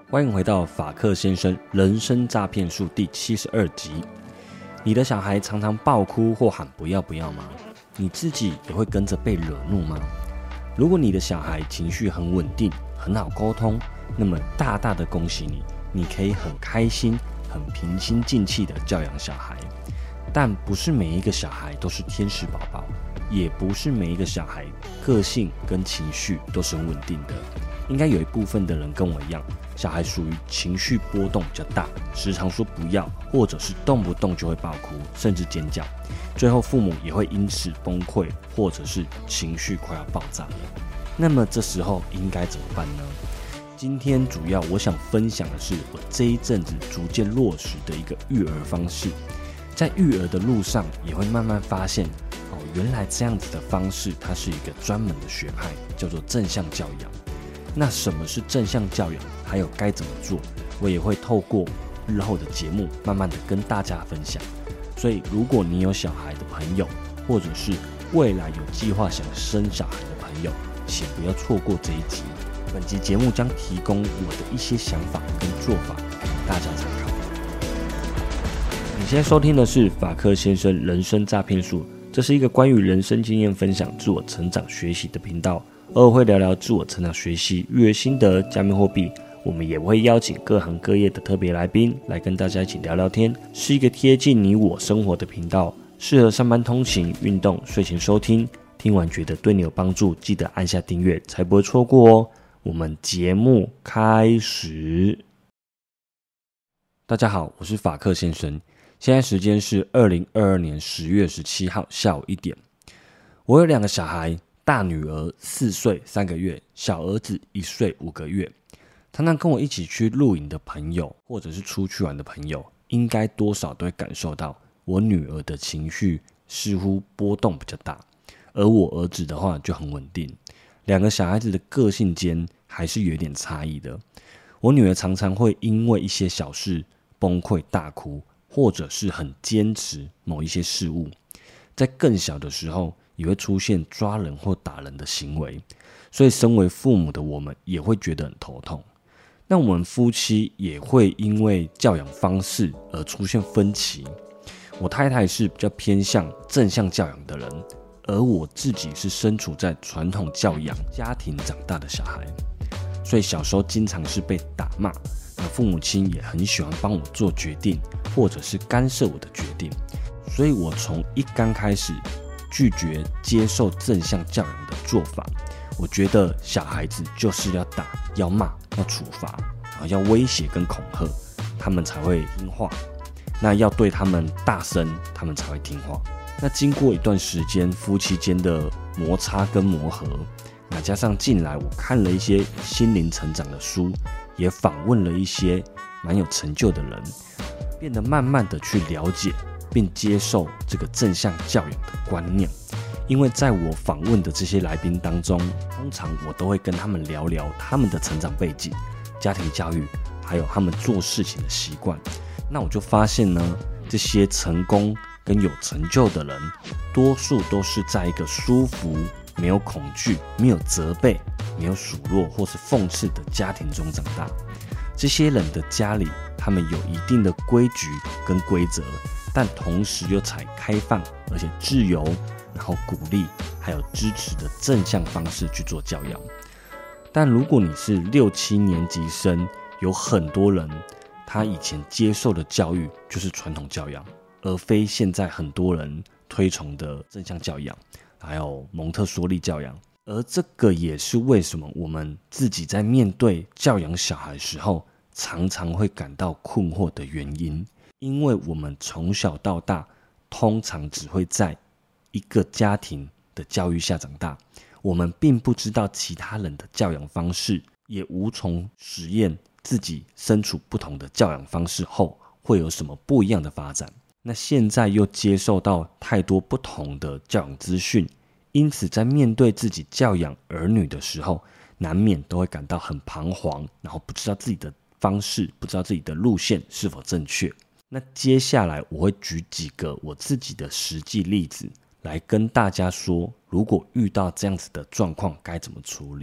欢迎回到法克先生人生诈骗术第72集。你的小孩常常爆哭或喊不要不要吗？你自己也会跟着被惹怒吗？如果你的小孩情绪很稳定，很好沟通，那么大大的恭喜你，你可以很开心、很平心静气的教养小孩。但不是每一个小孩都是天使宝宝，也不是每一个小孩个性跟情绪都是很稳定的。应该有一部分的人跟我一样，小孩属于情绪波动比较大，时常说不要，或者是动不动就会爆哭，甚至尖叫，最后父母也会因此崩溃，或者是情绪快要爆炸了。那么这时候应该怎么办呢？今天主要我想分享的是我这一阵子逐渐落实的一个育儿方式。在育儿的路上也会慢慢发现，原来这样子的方式它是一个专门的学派，叫做正向教养。那什么是正向教养，还有该怎么做，我也会透过日后的节目慢慢的跟大家分享。所以如果你有小孩的朋友，或者是未来有计划想生小孩的朋友，请不要错过这一集。本集节目将提供我的一些想法跟做法给大家参考。你现在收听的是法克先生人生诈骗术，这是一个关于人生经验分享、自我成长学习的频道。偶尔会聊聊自我成长学习、育儿心得、加密货币，我们也会邀请各行各业的特别来宾来跟大家一起聊聊天，是一个贴近你我生活的频道，适合上班通勤、运动、睡前收听。听完觉得对你有帮助，记得按下订阅，才不会错过哦。我们节目开始。大家好，我是法克先生，现在时间是2022年10月17号下午1点。我有2个小孩。大女儿4岁3个月，小儿子1岁5个月。常常跟我一起去露营的朋友，或者是出去玩的朋友，应该多少都会感受到我女儿的情绪似乎波动比较大，而我儿子的话就很稳定。2个小孩子的个性间还是有点差异的。我女儿常常会因为一些小事崩溃大哭，或者是很坚持某一些事物。在更小的时候也会出现抓人或打人的行为，所以身为父母的我们也会觉得很头痛。那我们夫妻也会因为教养方式而出现分歧。我太太是比较偏向正向教养的人，而我自己是身处在传统教养家庭长大的小孩，所以小时候经常是被打骂，那父母亲也很喜欢帮我做决定，或者是干涉我的决定。所以我从一刚开始拒绝接受正向教养的做法。我觉得小孩子就是要打、要骂、要处罚，然后要威胁跟恐吓，他们才会听话。那要对他们大声，他们才会听话。那经过一段时间夫妻间的摩擦跟磨合，那加上近来我看了一些心灵成长的书，也访问了一些蛮有成就的人，变得慢慢的去了解并接受这个正向教养的观念。因为在我访问的这些来宾当中，通常我都会跟他们聊聊他们的成长背景、家庭教育，还有他们做事情的习惯。那我就发现呢，这些成功跟有成就的人，多数都是在一个舒服、没有恐惧、没有责备、没有数落或是讽刺的家庭中长大。这些人的家里，他们有一定的规矩跟规则，但同时又采开放而且自由，然后鼓励还有支持的正向方式去做教养。但如果你是6、7年级生，有很多人他以前接受的教育就是传统教养，而非现在很多人推崇的正向教养，还有蒙特梭利教养。而这个也是为什么我们自己在面对教养小孩的时候常常会感到困惑的原因。因为我们从小到大通常只会在一个家庭的教育下长大，我们并不知道其他人的教养方式，也无从实验自己身处不同的教养方式后会有什么不一样的发展。那现在又接受到太多不同的教养资讯，因此在面对自己教养儿女的时候，难免都会感到很彷徨，然后不知道自己的方式，不知道自己的路线是否正确。那接下来我会举几个我自己的实际例子来跟大家说，如果遇到这样子的状况该怎么处理。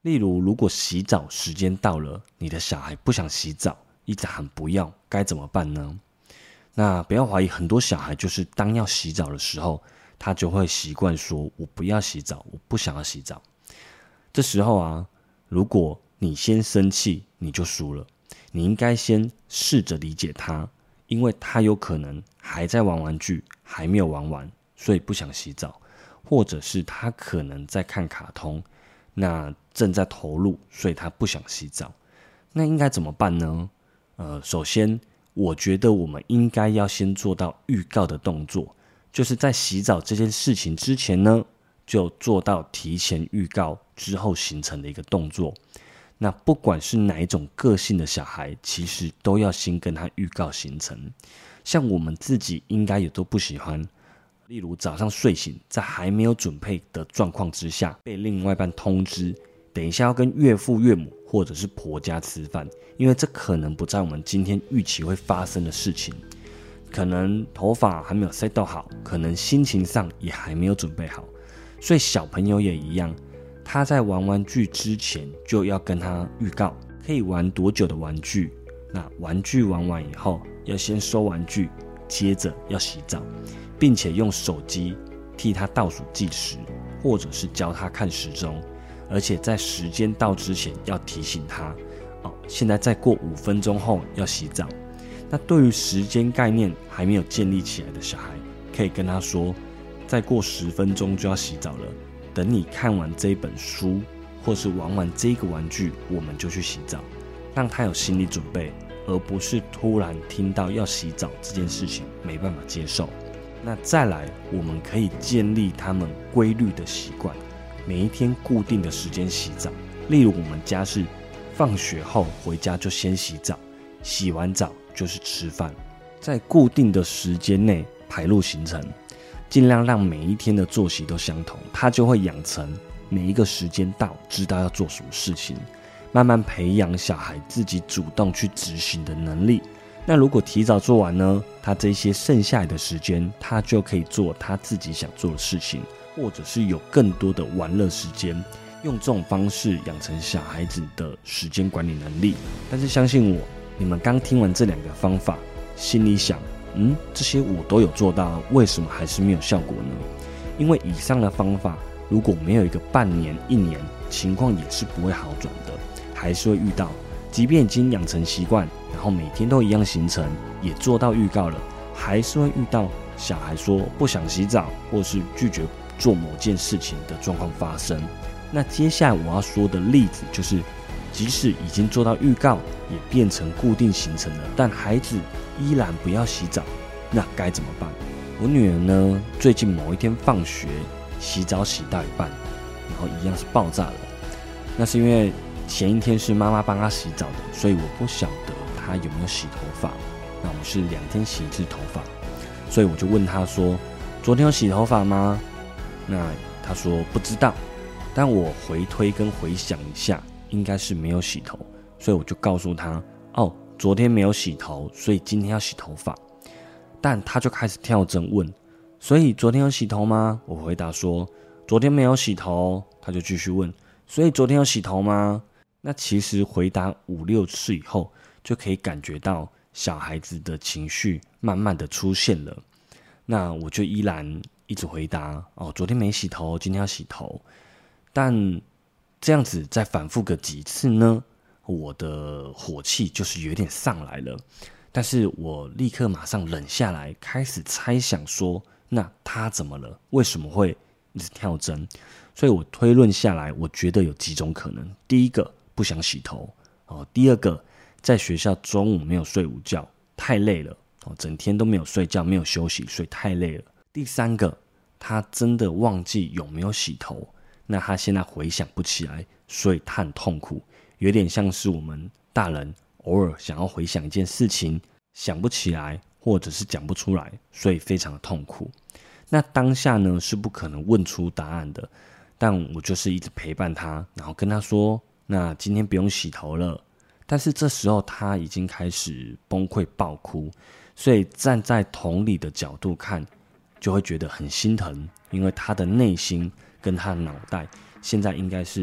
例如，如果洗澡时间到了，你的小孩不想洗澡，一直喊不要，该怎么办呢？那不要怀疑，很多小孩就是当要洗澡的时候，他就会习惯说我不要洗澡，我不想要洗澡。这时候啊，如果你先生气，你就输了。你应该先试着理解他，因为他有可能还在玩玩具，还没有玩完，所以不想洗澡，或者是他可能在看卡通，那正在投入，所以他不想洗澡。那应该怎么办呢？首先，我觉得我们应该要先做到预告的动作，就是在洗澡这件事情之前呢，就做到提前预告之后形成的一个动作。那不管是哪一种个性的小孩，其实都要先跟他预告行程。像我们自己应该也都不喜欢，例如早上睡醒，在还没有准备的状况之下，被另外一半通知，等一下要跟岳父岳母或者是婆家吃饭，因为这可能不在我们今天预期会发生的事情。可能头发还没有 set 好，可能心情上也还没有准备好，所以小朋友也一样。他在玩玩具之前就要跟他预告可以玩多久的玩具，那玩具玩完以后要先收玩具，接着要洗澡，并且用手机替他倒数计时，或者是教他看时钟，而且在时间到之前要提醒他现在再过5分钟后要洗澡。那对于时间概念还没有建立起来的小孩，可以跟他说再过10分钟就要洗澡了，等你看完这本书或是玩完这个玩具，我们就去洗澡，让他有心理准备，而不是突然听到要洗澡这件事情没办法接受。那再来，我们可以建立他们规律的习惯，每一天固定的时间洗澡。例如我们家是放学后回家就先洗澡，洗完澡就是吃饭，在固定的时间内排入行程，尽量让每一天的作息都相同，他就会养成每一个时间到知道要做什么事情，慢慢培养小孩自己主动去执行的能力。那如果提早做完呢，他这些剩下来的时间，他就可以做他自己想做的事情，或者是有更多的玩乐时间，用这种方式养成小孩子的时间管理能力。但是相信我，你们刚听完这2个方法，心里想这些我都有做到，为什么还是没有效果呢？因为以上的方法如果没有一个半年、1年，情况也是不会好转的，还是会遇到。即便已经养成习惯，然后每天都一样行程，也做到预告了，还是会遇到小孩说不想洗澡，或是拒绝做某件事情的状况发生。那接下来我要说的例子就是，即使已经做到预告，也变成固定行程了，但孩子依然不要洗澡，那该怎么办？我女儿呢，最近某一天放学洗澡洗到一半，然后一样是爆炸了。那是因为前一天是妈妈帮她洗澡的，所以我不晓得她有没有洗头发。那我们是2天洗1次头发，所以我就问她说：“昨天有洗头发吗？”那她说不知道，但我回推跟回想一下，应该是没有洗头，所以我就告诉她：“昨天没有洗头，所以今天要洗头发。”但她就开始跳针问：“所以昨天有洗头吗？”我回答说：“昨天没有洗头。”她就继续问：“所以昨天有洗头吗？”那其实回答5、6次以后，就可以感觉到小孩子的情绪慢慢的出现了。那我就依然一直回答：“昨天没洗头，今天要洗头。”但这样子再反复个几次呢，我的火气就是有点上来了。但是我立刻马上冷下来，开始猜想说，那他怎么了？为什么会一直跳针？所以我推论下来，我觉得有几种可能。第一个，不想洗头；第二个，在学校中午没有睡午觉，太累了，整天都没有睡觉，没有休息，所以太累了。第三个，他真的忘记有没有洗头，那他现在回想不起来，所以他很痛苦，有点像是我们大人偶尔想要回想一件事情，想不起来，或者是讲不出来，所以非常的痛苦。那当下呢，是不可能问出答案的，但我就是一直陪伴他，然后跟他说，那今天不用洗头了。但是这时候他已经开始崩溃爆哭，所以站在同理的角度看，就会觉得很心疼，因为他的内心跟他的脑袋现在应该是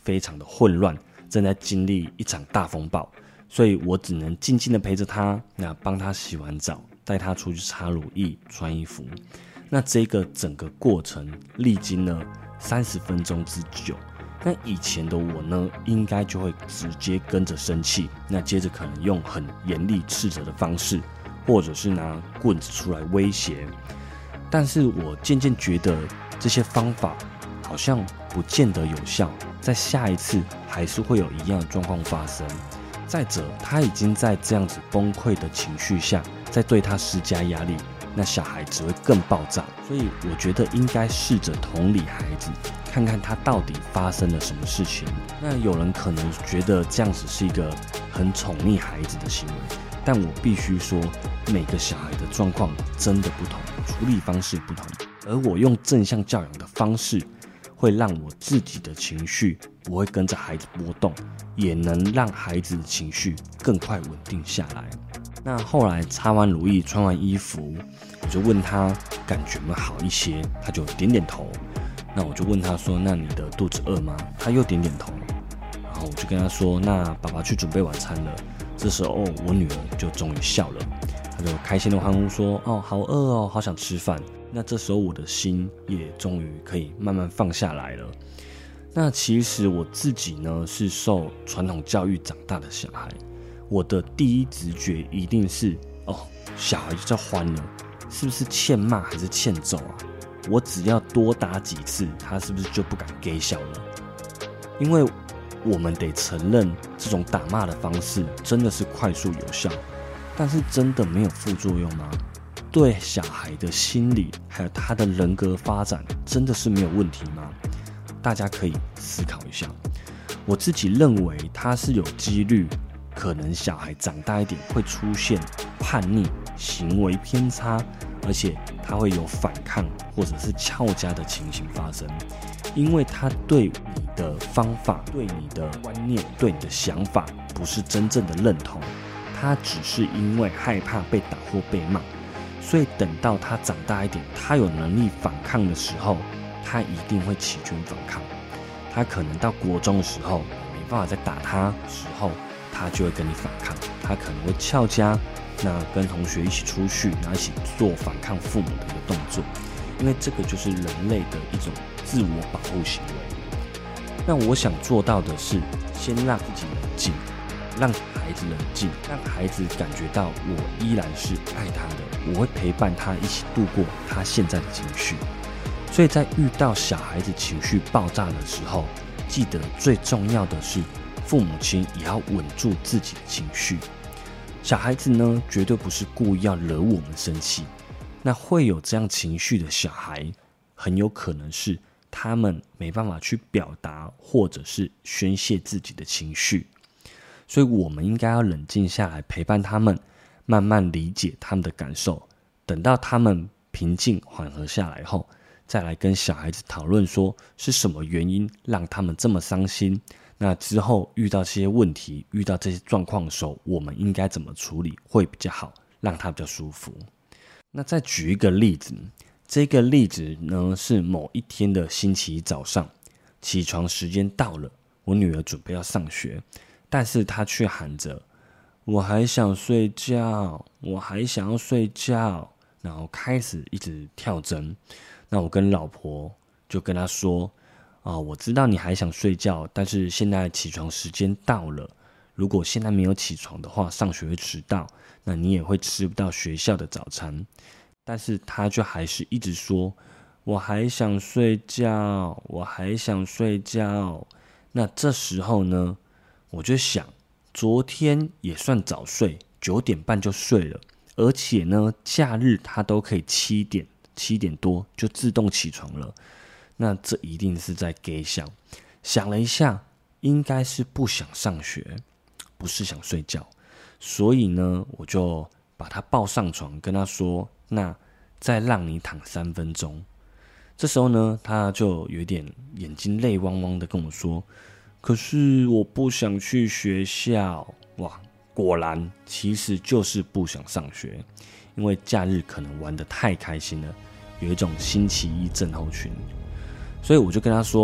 非常的混乱，正在经历一场大风暴，所以我只能静静的陪着他，那帮他洗完澡，带他出去擦乳液、穿衣服。那这个整个过程历经了30分钟之久。那以前的我呢，应该就会直接跟着生气，那接着可能用很严厉斥责的方式，或者是拿棍子出来威胁。但是我渐渐觉得这些方法好像不见得有效，在下一次还是会有一样的状况发生。再者，他已经在这样子崩溃的情绪下，在对他施加压力，那小孩只会更爆炸。所以我觉得应该试着同理孩子，看看他到底发生了什么事情。那有人可能觉得这样子是一个很宠溺孩子的行为，但我必须说，每个小孩的状况真的不同，处理方式不同。而我用正向教养的方式，会让我自己的情绪不会跟着孩子波动，也能让孩子的情绪更快稳定下来。那后来擦完乳液、穿完衣服，我就问他感觉有没有好一些，他就点点头。那我就问他说：“那你的肚子饿吗？”他又点点头。然后我就跟他说：“那爸爸去准备晚餐了。”这时候我女儿就终于笑了，她就开心的欢呼说：“哦，好饿哦，好想吃饭。”那这时候我的心也终于可以慢慢放下来了。那其实我自己呢，是受传统教育长大的小孩，我的第一直觉一定是小孩就叫欢了，是不是欠骂还是欠揍啊？我只要多打几次，他是不是就不敢给小了？因为我们得承认，这种打骂的方式真的是快速有效，但是真的没有副作用吗？对小孩的心理还有他的人格发展真的是没有问题吗？大家可以思考一下。我自己认为他是有几率，可能小孩长大一点会出现叛逆、行为偏差，而且他会有反抗或者是翘家的情形发生，因为他对你的方法、对你的观念、对你的想法不是真正的认同，他只是因为害怕被打或被骂。所以等到他长大一点，他有能力反抗的时候，他一定会起拳反抗。他可能到国中的时候没办法再打他的时候，他就会跟你反抗。他可能会翘家，那跟同学一起出去，然后一起做反抗父母的一个动作。因为这个就是人类的一种自我保护行为。那我想做到的是，先让自己冷静，让孩子冷静，让孩子感觉到我依然是爱他的，我会陪伴他一起度过他现在的情绪。所以在遇到小孩子情绪爆炸的时候，记得最重要的是，父母亲也要稳住自己的情绪。小孩子呢，绝对不是故意要惹我们生气，那会有这样情绪的小孩，很有可能是他们没办法去表达，或者是宣泄自己的情绪。所以我们应该要冷静下来，陪伴他们，慢慢理解他们的感受。等到他们平静缓和下来后，再来跟小孩子讨论说是什么原因让他们这么伤心。那之后遇到这些问题，遇到这些状况的时候，我们应该怎么处理会比较好，让他比较舒服。那再举一个例子，这个例子呢是某一天的星期一早上，起床时间到了，我女儿准备要上学，但是她却喊着我还想睡觉，我还想要睡觉，然后开始一直跳针。那我跟老婆就跟她说我知道你还想睡觉，但是现在起床时间到了，如果现在没有起床的话，上学会迟到，那你也会吃不到学校的早餐。但是她就还是一直说我还想睡觉，我还想睡觉。那这时候呢，我就想，昨天也算早睡，9点半就睡了，而且呢，假日他都可以7点多就自动起床了。那这一定是在给想。想了一下，应该是不想上学，不是想睡觉。所以呢，我就把他抱上床，跟他说：“那再让你躺3分钟。”这时候呢，他就有点眼睛泪汪汪的跟我说：“可是我不想去学校。”哇，果然其实就是不想上学，因为假日可能玩得太开心了，有一种星期一症候群。所以我就跟他说：“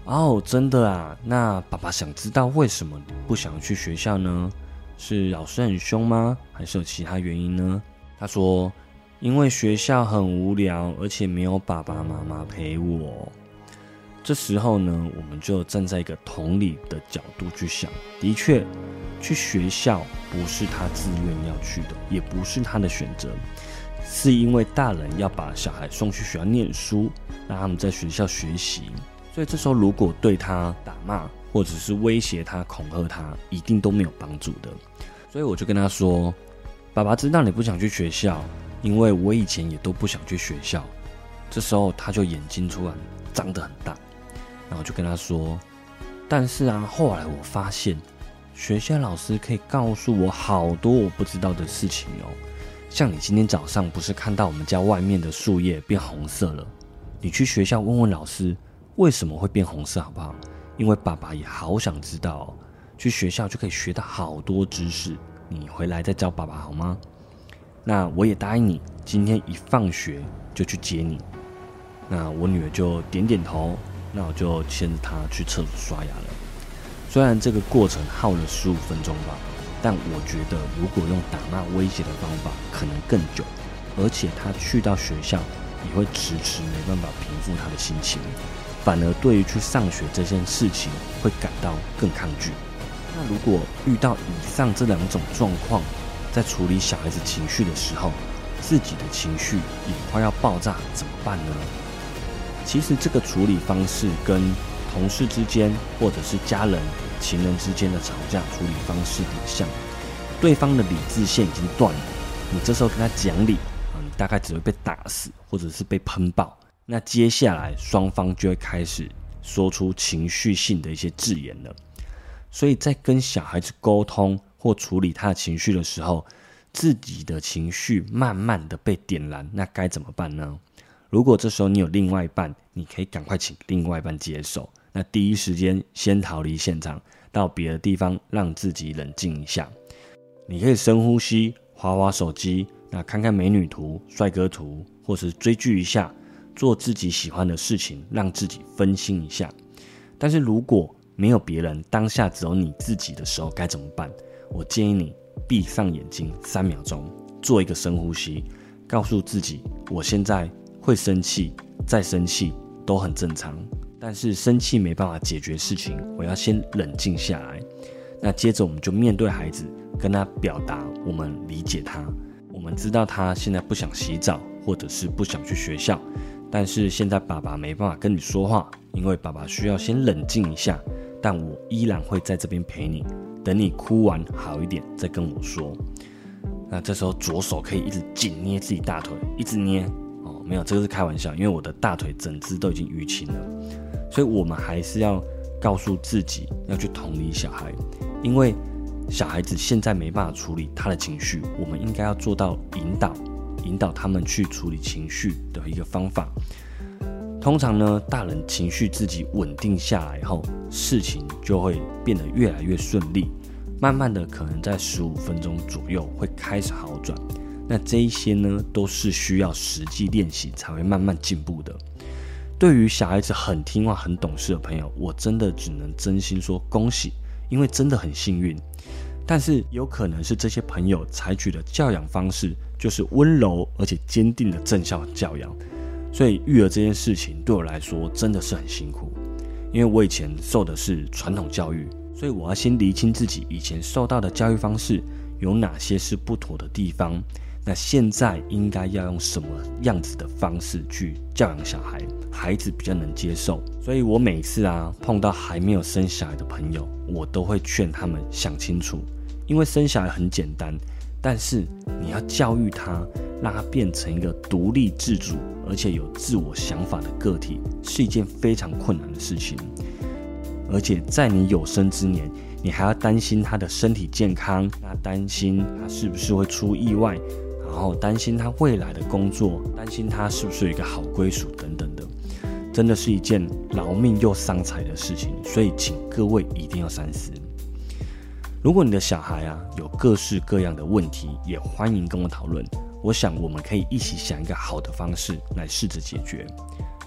哦，真的啊？那爸爸想知道为什么你不想去学校呢？是老师很凶吗？还是有其他原因呢？他说，因为学校很无聊，而且没有爸爸妈妈陪我。这时候呢，我们就站在一个同理的角度去想，的确，去学校不是他自愿要去的，也不是他的选择，是因为大人要把小孩送去学校念书，让他们在学校学习。所以这时候如果对他打骂，或者是威胁他、恐吓他，一定都没有帮助的。所以我就跟他说，爸爸知道你不想去学校，因为我以前也都不想去学校。这时候他就眼睛突然张得很大，然后我就跟他说，但是啊，后来我发现学校老师可以告诉我好多我不知道的事情哦。像你今天早上不是看到我们家外面的树叶变红色了？你去学校问问老师为什么会变红色好不好？因为爸爸也好想知道哦。去学校就可以学到好多知识，你回来再教爸爸好吗？那我也答应你，今天一放学就去接你。那我女儿就点点头，那我就牵着她去厕所刷牙了。虽然这个过程耗了15分钟吧，但我觉得如果用打骂威胁的方法可能更久，而且她去到学校也会迟迟没办法平复她的心情，反而对于去上学这件事情会感到更抗拒。那如果遇到以上这2种状况，在处理小孩子情绪的时候，自己的情绪也快要爆炸，怎么办呢？其实这个处理方式跟同事之间或者是家人、情人之间的吵架处理方式很像。对方的理智线已经断了，你这时候跟他讲理，你大概只会被打死，或者是被喷爆。那接下来双方就会开始说出情绪性的一些字眼了。所以在跟小孩子沟通或处理他的情绪的时候，自己的情绪慢慢的被点燃，那该怎么办呢？如果这时候你有另外一半，你可以赶快请另外一半接手，那第一时间先逃离现场，到别的地方让自己冷静一下。你可以深呼吸，滑滑手机，那看看美女图、帅哥图，或是追剧一下，做自己喜欢的事情，让自己分心一下。但是如果没有别人，当下只有你自己的时候该怎么办？我建议你闭上眼睛3秒钟，做一个深呼吸，告诉自己，我现在会生气，再生气都很正常，但是生气没办法解决事情，我要先冷静下来。那接着我们就面对孩子，跟他表达我们理解他，我们知道他现在不想洗澡，或者是不想去学校，但是现在爸爸没办法跟你说话，因为爸爸需要先冷静一下，但我依然会在这边陪你，等你哭完好一点再跟我说。那这时候左手可以一直紧捏自己大腿，一直捏哦，没有，这个是开玩笑，因为我的大腿整只都已经淤青了。所以我们还是要告诉自己要去同理小孩，因为小孩子现在没办法处理他的情绪，我们应该要做到引导他们去处理情绪的一个方法。通常呢，大人情绪自己稳定下来后，事情就会变得越来越顺利，慢慢的可能在15分钟左右会开始好转。那这一些呢，都是需要实际练习才会慢慢进步的。对于小孩子很听话、很懂事的朋友，我真的只能真心说恭喜，因为真的很幸运。但是有可能是这些朋友采取的教养方式就是温柔而且坚定的正向教养，所以育儿这件事情对我来说真的是很辛苦。因为我以前受的是传统教育，所以我要先厘清自己以前受到的教育方式有哪些是不妥的地方，那现在应该要用什么样子的方式去教养小孩，孩子比较能接受。所以我每次碰到还没有生小孩的朋友，我都会劝他们想清楚，因为生小孩很简单，但是你要教育他，让他变成一个独立自主而且有自我想法的个体，是一件非常困难的事情。而且在你有生之年，你还要担心他的身体健康，那担心他是不是会出意外，然后担心他未来的工作，担心他是不是有一个好归属等等的，真的是一件劳命又伤财的事情，所以请各位一定要三思。如果你的小孩有各式各样的问题，也欢迎跟我讨论，我想我们可以一起想一个好的方式来试着解决。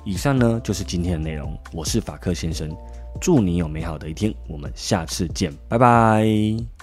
以上呢就是今天的内容，我是法克先生，祝你有美好的一天，我们下次见，拜拜。